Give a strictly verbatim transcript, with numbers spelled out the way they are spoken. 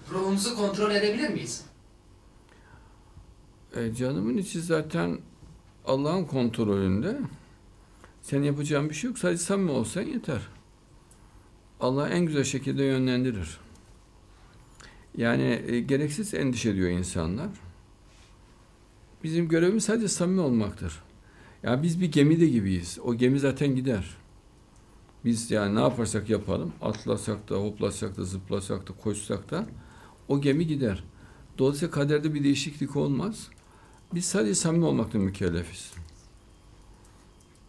Ruhumuzu kontrol edebilir miyiz? E, canımın içi zaten Allah'ın kontrolünde. Senin yapacağın bir şey yok. Sadece samimi olsan yeter. Allah en güzel şekilde yönlendirir. Yani e, gereksiz endişe ediyor insanlar. Bizim görevimiz sadece samimi olmaktır. Ya biz bir gemide gibiyiz. O gemi zaten gider. Biz yani ne yaparsak yapalım, atlasak da, hoplasak da, zıplasak da, koşsak da o gemi gider. Dolayısıyla kaderde bir değişiklik olmaz. Biz sadece samimi olmakla mükellefiz.